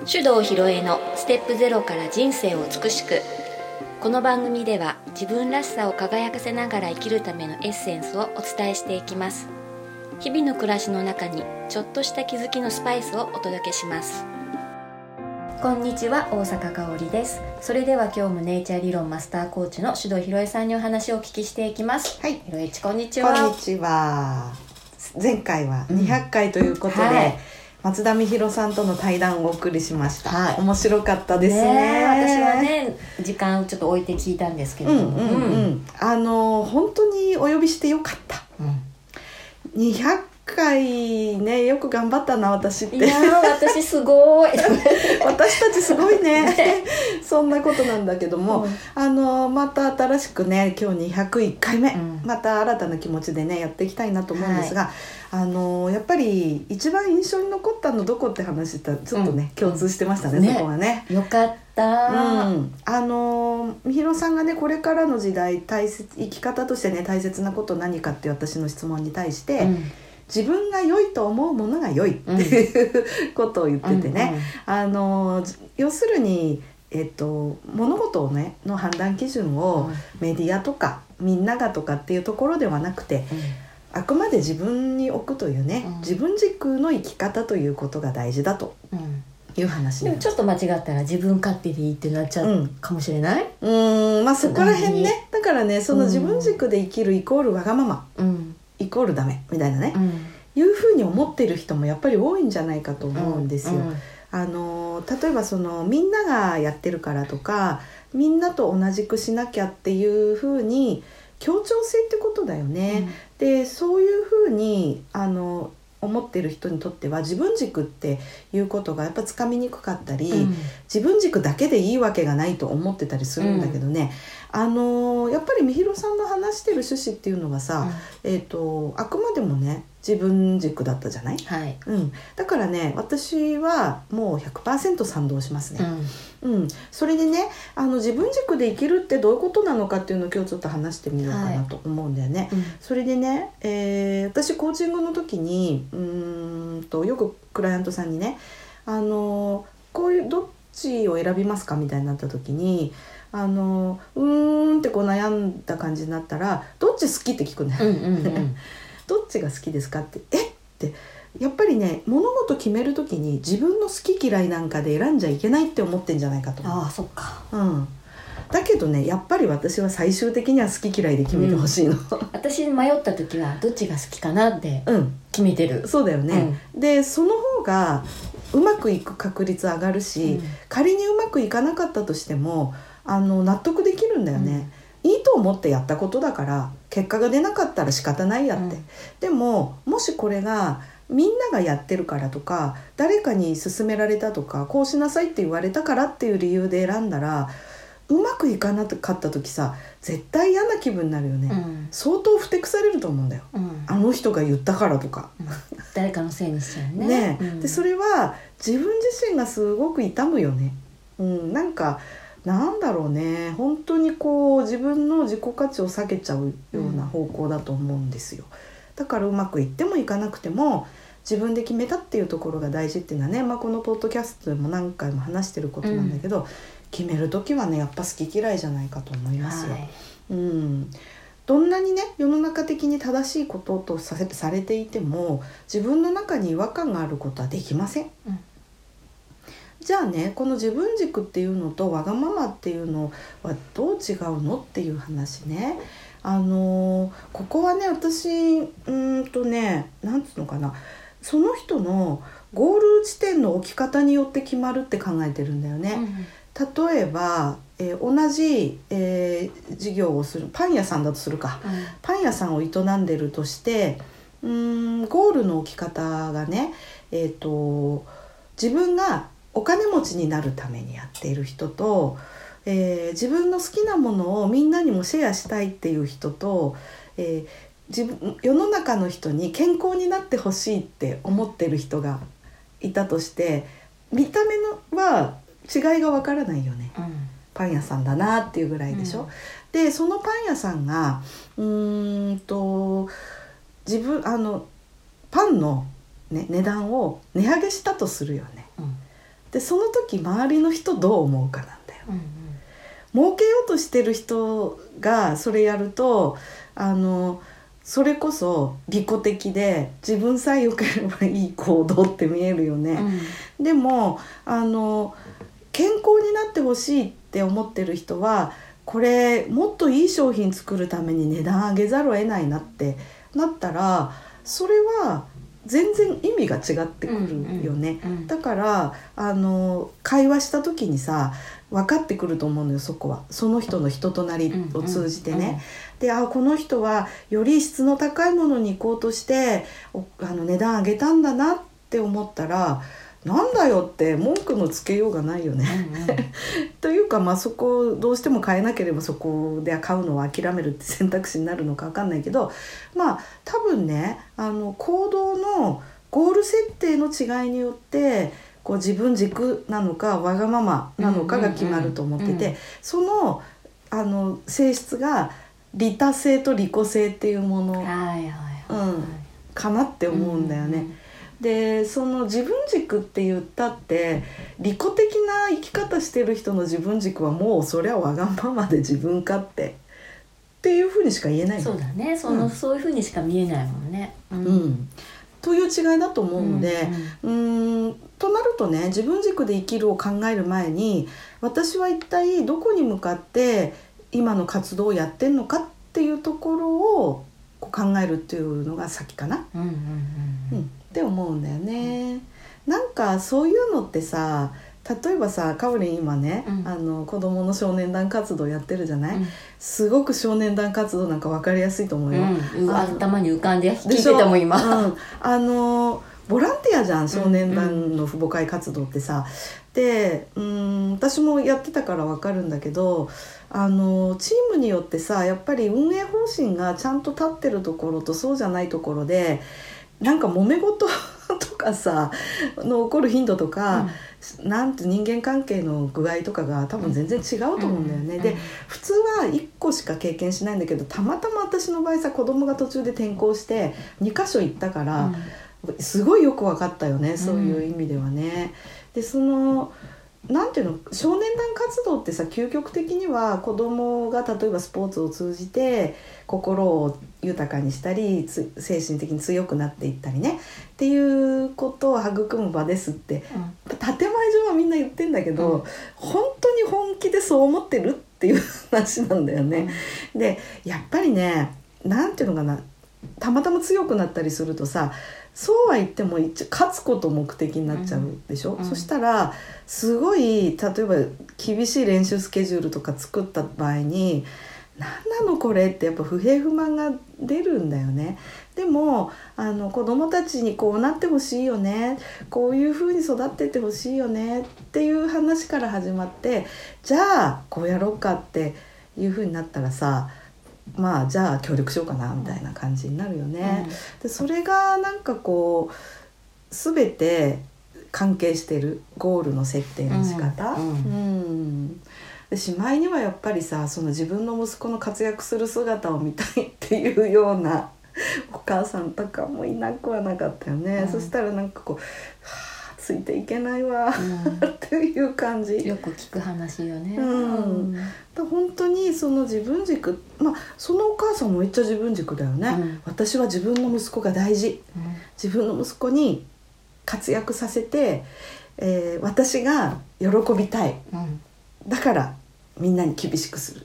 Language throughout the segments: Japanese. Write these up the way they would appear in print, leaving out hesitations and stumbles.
手動ひろえのステップゼロから人生を美しく。この番組では自分らしさを輝かせながら生きるためのエッセンスをお伝えしていきます。日々の暮らしの中にちょっとした気づきのスパイスをお届けします。こんにちは、大阪香織です。それでは今日もネイチャー理論マスターコーチの手動ひろえさんにお話をお聞きしていきます。 はい、 ひろえち、こんにちは。 こんにちは。前回は200回ということで、はい、松田美弘さんとの対談をお送りしました、はい、面白かったですね。 私はね、時間ちょっと置いて聞いたんですけれども、 本当にお呼びしてよかった、200回ね、よく頑張ったな私って。 いや私すごい私たちすごいねそんなことなんだけども、また新しくね、今日201回目、また新たな気持ちでねやっていきたいなと思うんですが、やっぱり一番印象に残ったのどこって話したらちょっとね、共通してましたね、そこはね。 よかった。 美弘さんがね、これからの時代生き方としてね大切なこと何かっていう私の質問に対して、自分が良いと思うものが良いっていうことを言っててね、要するに、物事をねの判断基準をメディアとかみんながとかっていうところではなくて、あくまで自分に置くというね、自分軸の生き方ということが大事だという話。 でもちょっと間違ったら自分勝手でいいってなっちゃうかもしれない。 そこら辺ね、だからね、その自分軸で生きるイコールわがまま、イコールダメみたいなね、いうふうに思ってる人もやっぱり多いんじゃないかと思うんですよ。例えばそのみんながやってるからとか、みんなと同じくしなきゃっていうふうに協調性ってことだよね、でそういうふうに思ってる人にとっては自分軸っていうことがやっぱつかみにくかったり、自分軸だけでいいわけがないと思ってたりするんだけどね、やっぱり美弘さんの話してる趣旨っていうのはさ、あくまでもね自分軸だったじゃない、だからね、私はもう 100% 賛同しますね。それでね、自分軸で生きるってどういうことなのかっていうのを今日ちょっと話してみようかなと思うんだよね。それでね、私コーチングの時によくクライアントさんにね、こういうどっちを選びますかみたいになった時にってこう悩んだ感じになったら、どっち好きって聞くね、どっちが好きですかって、ってやっぱりね、物事決める時に自分の好き嫌いなんかで選んじゃいけないって思ってんじゃないかと思う。 そっか。 だけどね、やっぱり私は最終的には好き嫌いで決めてほしいの、 私迷った時はどっちが好きかなって決めてる、 そうだよね、でその方がうまくいく確率上がるし、仮にうまくいかなかったとしても納得できるんだよね、いいと思ってやったことだから結果が出なかったら仕方ないやって、でももしこれがみんながやってるからとか、誰かに勧められたとか、こうしなさいって言われたからっていう理由で選んだら、うまくいかなかった時さ、絶対嫌な気分になるよね、相当ふてくされると思うんだよ、あの人が言ったからとか、 誰かのせいにしちゃうね。 でそれは自分自身がすごく痛むよね。なんだろうね、本当にこう自分の自己価値を下げちゃうような方向だと思うんですよ。だからうまくいってもいかなくても自分で決めたっていうところが大事っていうのはね、このポッドキャストでも何回も話してることなんだけど、決める時はね、やっぱ好き嫌いじゃないかと思いますよ。どんなにね世の中的に正しいこととされていても、自分の中に違和感があることはできません。じゃあね、この自分軸っていうのとわがままっていうのはどう違うのっていう話ね。ここはね、私なんつうのかな、その人のゴール地点の置き方によって決まるって考えてるんだよね。例えば、同じ、事業をするパン屋さんだとするか、パン屋さんを営んでるとして、ゴールの置き方がね、自分がお金持ちになるためにやっている人と、自分の好きなものをみんなにもシェアしたいっていう人と、世の中の人に健康になってほしいって思ってる人がいたとして、見た目のは違いがわからないよね、パン屋さんだなっていうぐらいでしょ、でそのパン屋さんがパンの、値段を値上げしたとするよね、 でその時周りの人どう思うかなんだよ。儲けようとしてる人がそれやるとそれこそ利己的で自分さえ良ければいい行動って見えるよね、でも健康になってほしいって思ってる人はこれもっといい商品作るために値段上げざるを得ないなってなったらそれは全然意味が違ってくるよね、だから会話した時にさ分かってくると思うのよ。そこはその人の人となりを通じてね、でこの人はより質の高いものに行こうとして値段上げたんだなって思ったらなんだよって文句のつけようがないよね、というかそこをどうしても変えなければそこで買うのを諦めるって選択肢になるのか分かんないけど多分ね行動のゴール設定の違いによってこう自分軸なのかわがままなのかが決まると思ってて、その性質が利他性と利己性っていうもの、かなって思うんだよね、でその自分軸って言ったって利己的な生き方してる人の自分軸はもうそりゃわがままで自分勝手っていうふうにしか言えない。 そうだね、そういうふうにしか見えないもんね、 という違いだと思うので、となるとね自分軸で生きるを考える前に私は一体どこに向かって今の活動をやってんのかっていうところをこう考えるっていうのが先かな、って思うんだよね、なんかそういうのってさ例えばさかおりん今ね、子どもの少年団活動やってるじゃない、すごく少年団活動なんか分かりやすいと思うよ、 頭に浮かんで聞いてたもん今、 ボランティアじゃん少年団の父母会活動ってさ、で私もやってたから分かるんだけどチームによってさやっぱり運営方針がちゃんと立ってるところとそうじゃないところでなんか揉め事とかさの起こる頻度とか、なんて人間関係の具合とかが多分全然違うと思うんだよね、で普通は1個しか経験しないんだけどたまたま私の場合さ子供が途中で転校して2カ所行ったから、すごいよく分かったよね、そういう意味ではね。でなんていうの少年団活動ってさ究極的には子供が例えばスポーツを通じて心を豊かにしたり精神的に強くなっていったりねっていうことを育む場ですって、建前上はみんな言ってんだけど、本当に本気でそう思ってるっていう話なんだよね、でやっぱりねなんていうのかなたまたま強くなったりするとさそうは言っても勝つこと目的になっちゃうでしょ、そしたらすごい例えば厳しい練習スケジュールとか作った場合に何なのこれってやっぱ不平不満が出るんだよね。でも子どもたちにこうなってほしいよねこういう風に育ってってほしいよねっていう話から始まってじゃあこうやろうかっていう風になったらさじゃあ協力しようかなみたいな感じになるよね、でそれがなんかこう全て関係してるゴールの設定の仕方、でしまいにはやっぱりさその自分の息子の活躍する姿を見たいっていうようなお母さんとかもいなくはなかったよね、そしたらなんかこうついていけないわ、っていう感じよく聞く話よね、 本当にその自分軸そのお母さんもめっちゃ自分軸だよね、私は自分の息子が大事、自分の息子に活躍させて、私が喜びたい、だからみんなに厳しくする、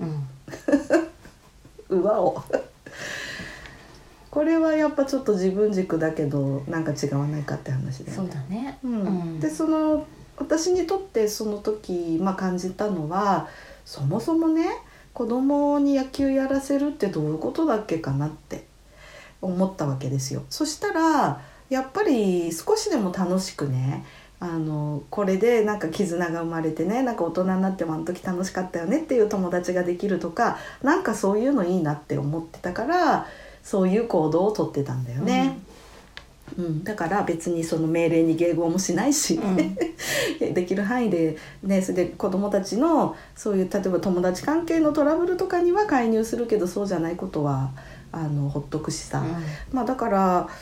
うわおこれはやっぱちょっと自分軸だけどなんか違わないかって話だよね。 そうだね、 で私にとってその時、感じたのはそもそもね子供に野球やらせるってどういうことだっけかなって思ったわけですよ。そしたらやっぱり少しでも楽しくねこれでなんか絆が生まれてねなんか大人になってもあの時楽しかったよねっていう友達ができるとかなんかそういうのいいなって思ってたからそういう行動をとってたんだよね、だから別にその命令に迎合もしないし、できる範囲で、ね、それで子どもたちのそういう例えば友達関係のトラブルとかには介入するけどそうじゃないことはほっとくしさ、だから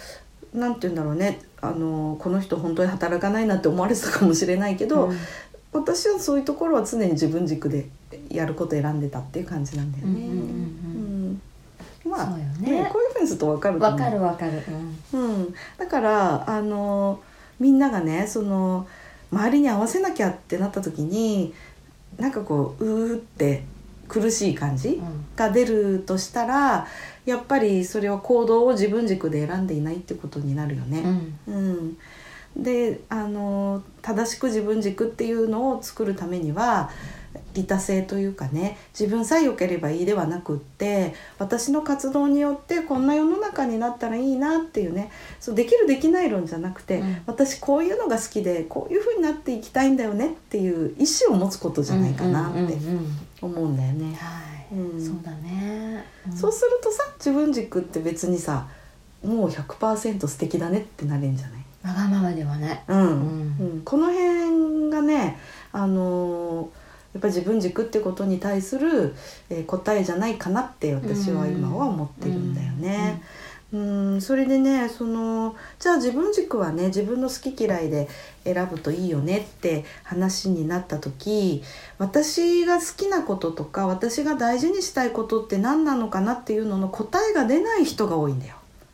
なんて言うんだろうね、この人本当に働かないなって思われてたかもしれないけど、私はそういうところは常に自分軸でやることを選んでたっていう感じなんだよね。まあ、 そうよね、 こういうふうにすると分かると思う。 分かる、 だからみんながねその周りに合わせなきゃってなった時になんかこうって苦しい感じが出るとしたら、やっぱりそれは行動を自分軸で選んでいないってことになるよね。で正しく自分軸っていうのを作るためには利他性というかね、自分さえ良ければいいではなくって、私の活動によってこんな世の中になったらいいなっていうね、そうできるできない論じゃなくて、私こういうのが好きでこういう風になっていきたいんだよねっていう意思を持つことじゃないかなって思うんだよね。 そうだね、 そうするとさ、自分軸って別にさもう 100% 素敵だねってなれるんじゃない？ わがままではない、 この辺がねやっぱり自分軸ってことに対する、答えじゃないかなって私は今は思ってるんだよね。それでねじゃあ自分軸はね自分の好き嫌いで選ぶといいよねって話になった時、私が好きなこととか私が大事にしたいことって何なのかなっていうのの答えが出ない人が多いんだよ。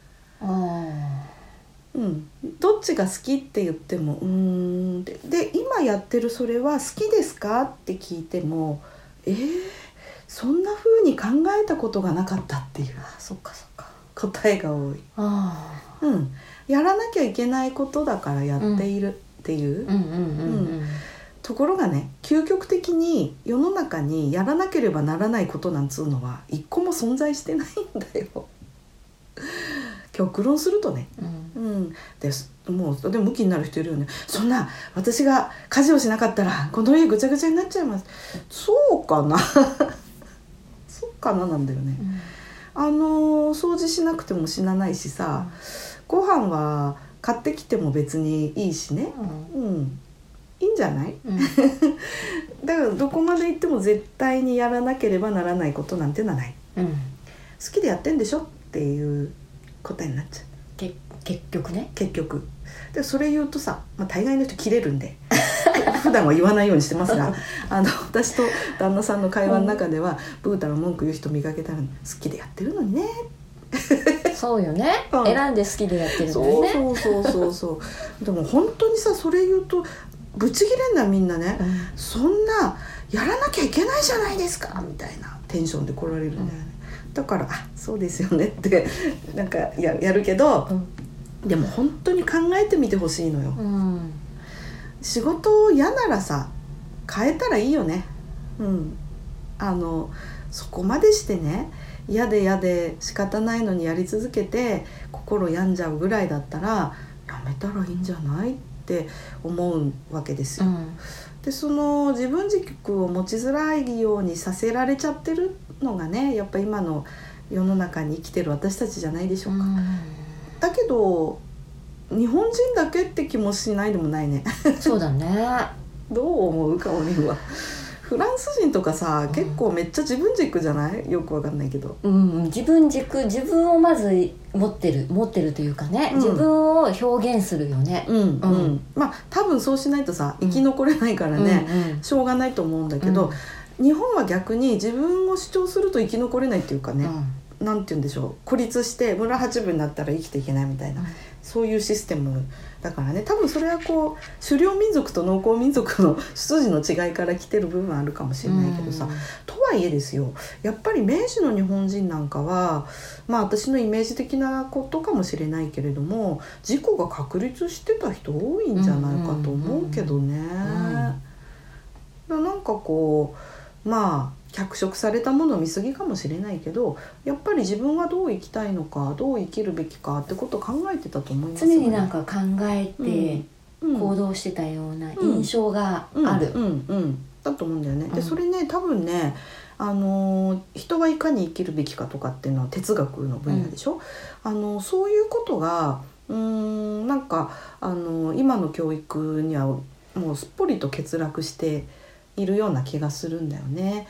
どっちが好きって言ってもで今やってるそれは好きですかって聞いてもそんな風に考えたことがなかったっていう答えが多い。やらなきゃいけないことだからやっているっていうところがね、究極的に世の中にやらなければならないことなんつうのは一個も存在してないんだよ極論するとね。もうでも向きになる人いるよね。そんな私が家事をしなかったらこの家ぐちゃぐちゃになっちゃいます。そうかなそうかななんだよね。掃除しなくても死なないしさ、ご飯は買ってきても別にいいしね、いいんじゃない、だからどこまで行っても絶対にやらなければならないことなんてのはない、好きでやってんでしょっていう答えになっちゃう。 結局でそれ言うとさ、大概の人切れるんで普段は言わないようにしてますが私と旦那さんの会話の中では、ブータの文句言う人見かけたら好きでやってるのにねそうよね、選んで好きでやってるのにね。 そうでも本当にさそれ言うとブチ切れんだみんなね、そんなやらなきゃいけないじゃないですかみたいなテンションで来られるんだよね、だからそうですよねってなんかやるけど、でも本当に考えてみてほしいのよ、仕事嫌ならさ変えたらいいよね。そこまでしてね嫌で仕方ないのにやり続けて心病んじゃうぐらいだったらやめたらいいんじゃないって思うわけですよ、でその自分軸を持ちづらいようにさせられちゃってるのがね、やっぱ今の世の中に生きてる私たちじゃないでしょうか、だけど日本人だけって気もしないでもないねそうだねどう思うかおりんは。フランス人とかさ、結構めっちゃ自分軸じゃない？よくわかんないけど、 自分軸、自分をまず持ってるというかね、自分を表現するよね。 多分そうしないとさ生き残れないからね、しょうがないと思うんだけど、日本は逆に自分を主張すると生き残れないっていうかね、なんて言うんでしょう、孤立して村八分になったら生きていけないみたいな、そういうシステムだからね、多分それはこう狩猟民族と農耕民族の出自の違いから来てる部分あるかもしれないけどさ、とはいえですよ、やっぱり明治の日本人なんかは私のイメージ的なことかもしれないけれども、自己が確立してた人多いんじゃないかと思うけどね、なんかこう脚色されたもの見過ぎかもしれないけど、やっぱり自分はどう生きたいのか、どう生きるべきかってことを考えてたと思いますよね。常になんか考えて行動してたような印象がある。 だと思うんだよね。でそれね、多分ね、人はいかに生きるべきかとかっていうのは哲学の分野でしょ、そういうことがなんか今の教育にはもうすっぽりと欠落しているような気がするんだよね。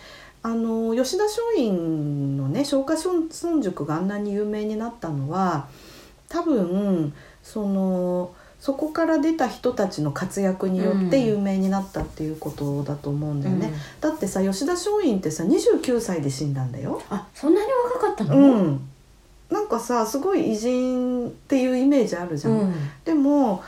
吉田松陰のね、松下村塾があんなに有名になったのは、 多分そこから出た人たちの活躍によって有名になったっていうことだと思うんだよね、だってさ吉田松陰ってさ29歳で死んだんだよ。 あ、そんなに若かったの？ なんかさすごい偉人っていうイメージあるじゃん、でも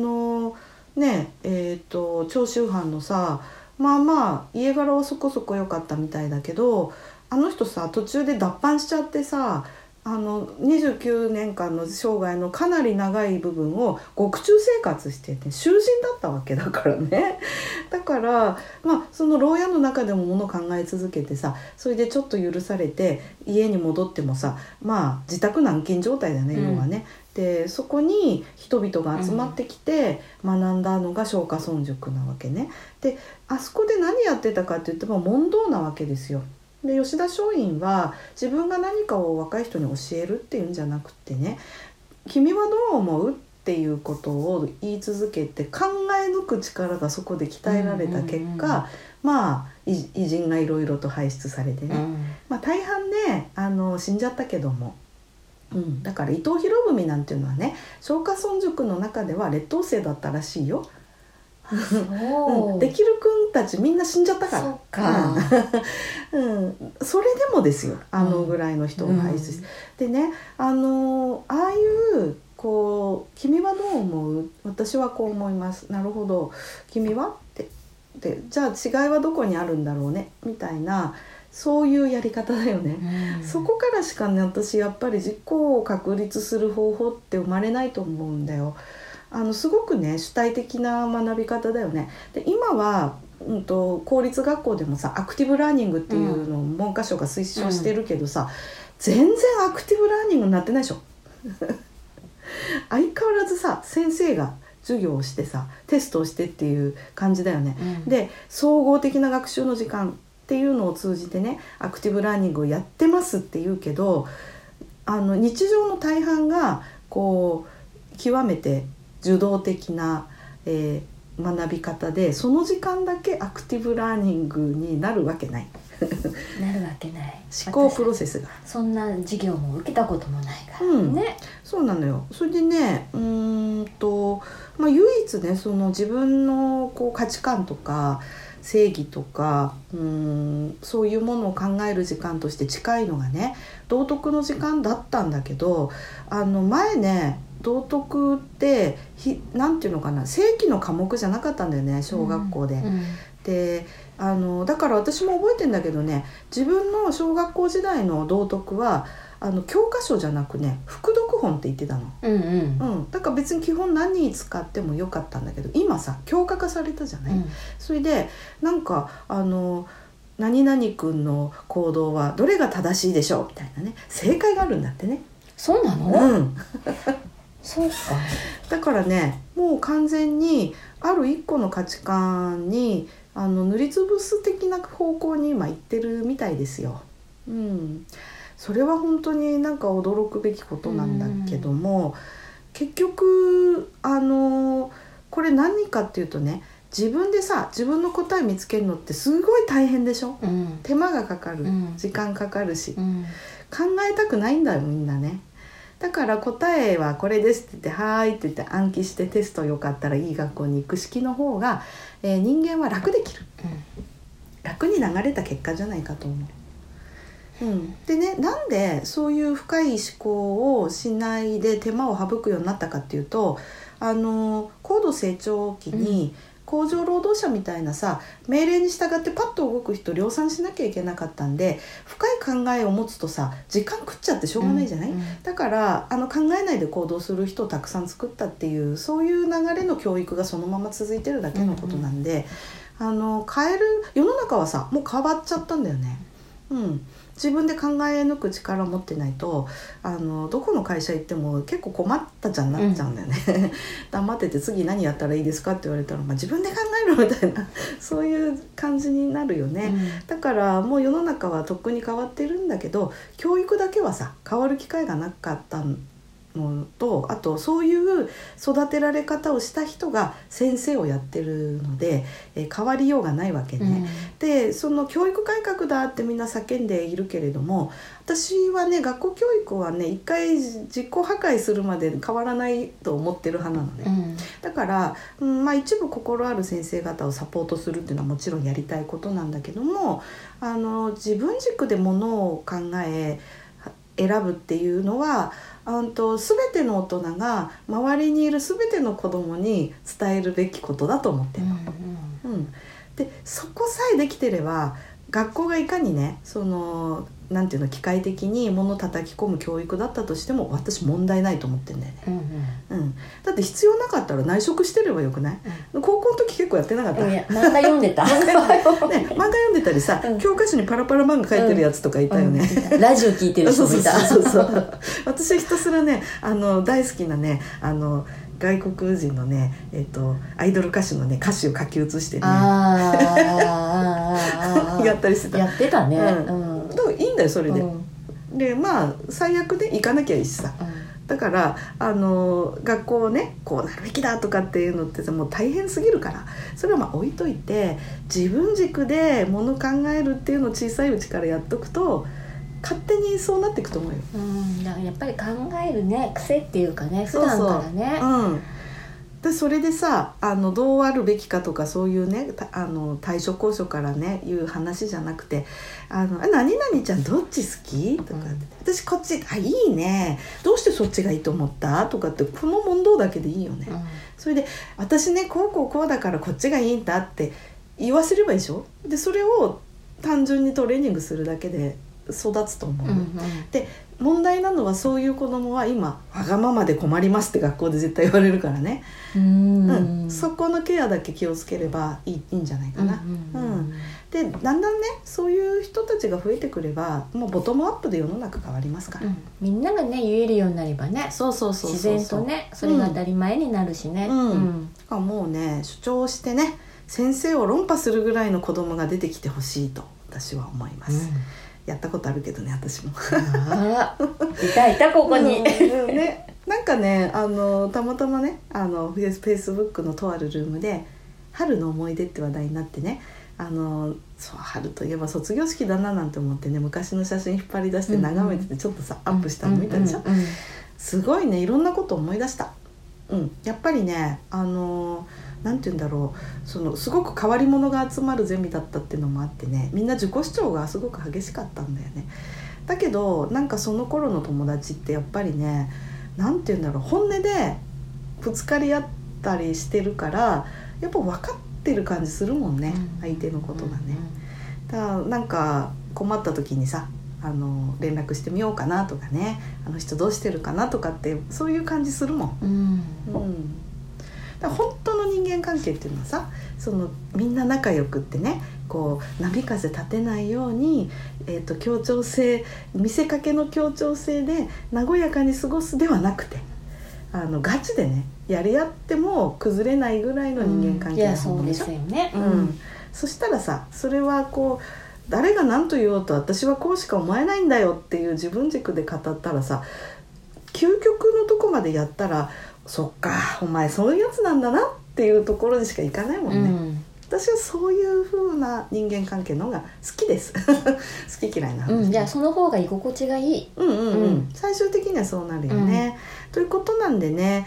長州藩のさ家柄はそこそこ良かったみたいだけど、あの人さ途中で脱藩しちゃってさ29年間の生涯のかなり長い部分を獄中生活してて囚人だったわけだからね。だからその牢屋の中でもものを考え続けてさ、それでちょっと許されて家に戻ってもさ自宅軟禁状態だね要はね、でそこに人々が集まってきて学んだのが松下村塾なわけね。であそこで何やってたかって言っても問答なわけですよ。で吉田松陰は自分が何かを若い人に教えるっていうんじゃなくてね、君はどう思うっていうことを言い続けて考え抜く力がそこで鍛えられた結果、偉人がいろいろと輩出されてね、大半ね死んじゃったけども、だから伊藤博文なんていうのはね松下村塾の中では劣等生だったらしいよ。できる君たちみんな死んじゃったから。そっか、それでもですよぐらいの人を輩出して、でねああいう君はどう思う？私はこう思います。なるほど。君は？でじゃあ違いはどこにあるんだろうねみたいな、そういうやり方だよね、そこからしかね私やっぱり自己を確立する方法って生まれないと思うんだよ。すごくね主体的な学び方だよね。で今は、公立学校でもさアクティブラーニングっていうのを文科省が推奨してるけどさ、全然アクティブラーニングになってないでしょ相変わらずさ先生が授業をしてさテストをしてっていう感じだよね、で総合的な学習の時間っていうのを通じてねアクティブラーニングをやってますって言うけど、日常の大半が極めて受動的な、学び方でその時間だけアクティブラーニングになるわけないなるわけない。 思考プロセスがそんな授業も受けたこともないからね、 そうなのよ。それでね唯一ねその自分の価値観とか正義とかそういうものを考える時間として近いのがね道徳の時間だったんだけど、前ね道徳ってなんていうのかな正規の科目じゃなかったんだよね小学校で、でだから私も覚えてんだけどね自分の小学校時代の道徳は教科書じゃなくね副読本って言ってたの、だから別に基本何使ってもよかったんだけど今さ教科化されたじゃない、それでなんか何々君の行動はどれが正しいでしょうみたいなね正解があるんだってね。 そうなの？そうか。 だからねもう完全にある一個の価値観に塗りつぶす的な方向に今行ってるみたいですよ。それは本当になんか驚くべきことなんだけども、結局これ何かっていうとね自分でさ自分の答え見つけるのってすごい大変でしょ、手間がかかる、時間かかるし、考えたくないんだよみんなね。だから答えはこれですって言ってはーいって言って暗記してテストよかったらいい学校に行く式の方が、人間は楽できる、楽に流れた結果じゃないかと思う。でねなんでそういう深い思考をしないで手間を省くようになったかっていうと高度成長期に、工場労働者みたいなさ命令に従ってパッと動く人量産しなきゃいけなかったんで深い考えを持つとさ時間食っちゃってしょうがないじゃない、だから考えないで行動する人をたくさん作ったっていうそういう流れの教育がそのまま続いてるだけのことなんで、変える世の中はさもう変わっちゃったんだよね。自分で考え抜く力を持ってないとどこの会社行っても結構困ったじゃんなっちゃうんだよね、黙ってて次何やったらいいですかって言われたら、自分で考えろみたいなそういう感じになるよね、だからもう世の中はとっくに変わってるんだけど教育だけはさ変わる機会がなかったのと、あとそういう育てられ方をした人が先生をやってるので、変わりようがないわけね、でその教育改革だってみんな叫んでいるけれども、私はね学校教育はね一回実行破壊するまで変わらないと思ってる派なのね、だから、一部心ある先生方をサポートするっていうのはもちろんやりたいことなんだけども、自分軸でものを考え選ぶっていうのは全ての大人が周りにいる全ての子どもに伝えるべきことだと思ってるの、でそこさえできてれば学校がいかにねなんていうの機械的に物を叩き込む教育だったとしても私問題ないと思ってんだよね、だって必要なかったら内職してればよくない、高校の時結構やってなかった、 いや漫画読んでた漫画読んでたりさ、教科書にパラパラ漫画書いてるやつとかいたよね、 ラジオ聞いてる人もいたそう私ひたすらね大好きなね外国人のね、アイドル歌手のね歌詞を書き写してねやったりしてた。 やってたね、 だからいいんだよそれで、で最悪で行かなきゃいいしさ、だから学校をねこうなるべきだとかっていうのってもう大変すぎるから、それは置いといて自分軸でもの考えるっていうのを小さいうちからやっとくと勝手にそうなっていくと思うよ、 だからやっぱり考えるね癖っていうかね普段からね、 でそれでさどうあるべきかとかそういうね対処高所からねいう話じゃなくて何々ちゃんどっち好きとかって、私こっちいいねどうしてそっちがいいと思ったとかってこの問答だけでいいよね、それで私ねこうだからこっちがいいんだって言わせればいいでしょ。でそれを単純にトレーニングするだけで育つと思う、で問題なのはそういう子供は今わがままで困りますって学校で絶対言われるからね、そこのケアだけ気をつければいいんじゃないかな、でだんだんねそういう人たちが増えてくればもうボトムアップで世の中変わりますから、 みんながね言えるようになればね自然とねそれが当たり前になるしね、 もうね主張してね先生を論破するぐらいの子供が出てきてほしいと私は思います、やったことあるけどね私もいたここに、 ね、なんかねたまたまねフェイスブックのとあるルームで春の思い出って話題になってねそう春といえば卒業式だななんて思ってね昔の写真引っ張り出して眺めててちょっとさ、アップしたの見たでしょ、すごいねいろんなこと思い出した、やっぱりねなんて言うんだろうすごく変わり者が集まるゼミだったっていうのもあってねみんな自己主張がすごく激しかったんだよね。だけどなんかその頃の友達ってやっぱりねなんて言うんだろう本音でぶつかり合ったりしてるからやっぱ分かってる感じするもんね、相手のことがね。だからなんか困った時にさ連絡してみようかなとかねあの人どうしてるかなとかってそういう感じするもん、だから本当の人間関係っていうのはさみんな仲良くってねこう波風立てないように、協調性見せかけの協調性で和やかに過ごすではなくてガチでねやり合っても崩れないぐらいの人間関係の方でしょ、 そうですよね、 そしたらさそれはこう誰が何と言おうと私はこうしか思えないんだよっていう自分軸で語ったらさ究極のとこまでやったらそっかお前そういうやつなんだなっていうところにしかいかないもんね、私はそういう風な人間関係の方が好きです好き嫌いな話、 じゃあその方が居心地がいい、 最終的にはそうなるよね、ということなんでね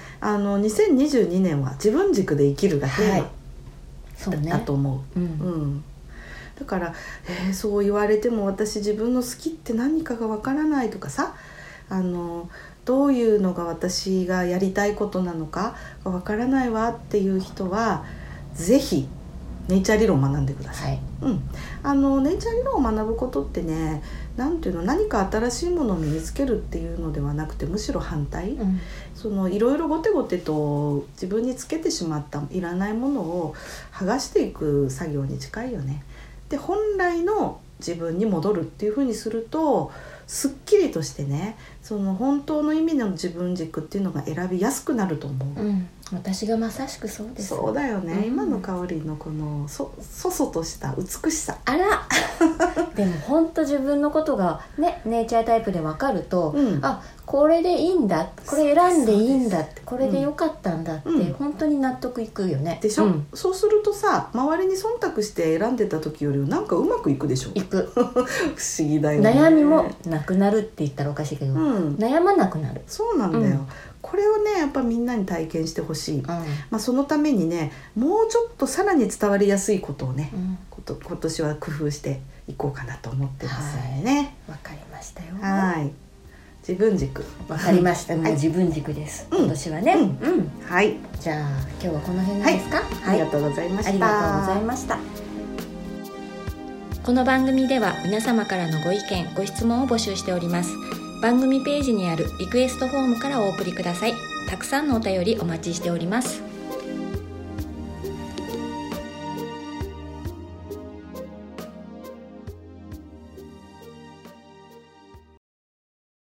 2022年は自分軸で生きるがテーマだと思う、だから、そう言われても私自分の好きって何かがわからないとかさどういうのが私がやりたいことなのかわからないわっていう人はぜひネイチャー理論を学んでください、ネイチャー理論を学ぶことってね何か新しいものを身につけるっていうのではなくてむしろ反対、いろいろゴテゴテと自分につけてしまったいらないものを剥がしていく作業に近いよね。で本来の自分に戻るっていう風にするとすっきりとしてねその本当の意味の自分軸っていうのが選びやすくなると思う、 私がまさしくそうです。 そうだよね、今の香りのこのそそとした美しさ、 あらでも本当自分のことがねネイチャータイプで分かると、あ、これでいいんだ、これ選んでいいんだって、これでよかったんだって、本当に納得いくよね。 でしょ、そうするとさ、周りに忖度して選んでた時よりなんかうまくいくでしょ。 いく不思議だよね。 悩みもなくなるって言ったらおかしいけど、悩まなくなる。 そうなんだよ、これをねやっぱみんなに体験してほしい、そのためにねもうちょっとさらに伝わりやすいことをね、今年は工夫していこうかなと思ってますよね。 わかりましたよ。 はい、自分軸わかりました、もう自分軸です、今年はね。 はい、 じゃあ今日はこの辺ですか。 ありがとうございました。 ありがとうございました。この番組では皆様からのご意見ご質問を募集しております。番組ページにあるリクエストフォームからお送りください。たくさんのお便りお待ちしております。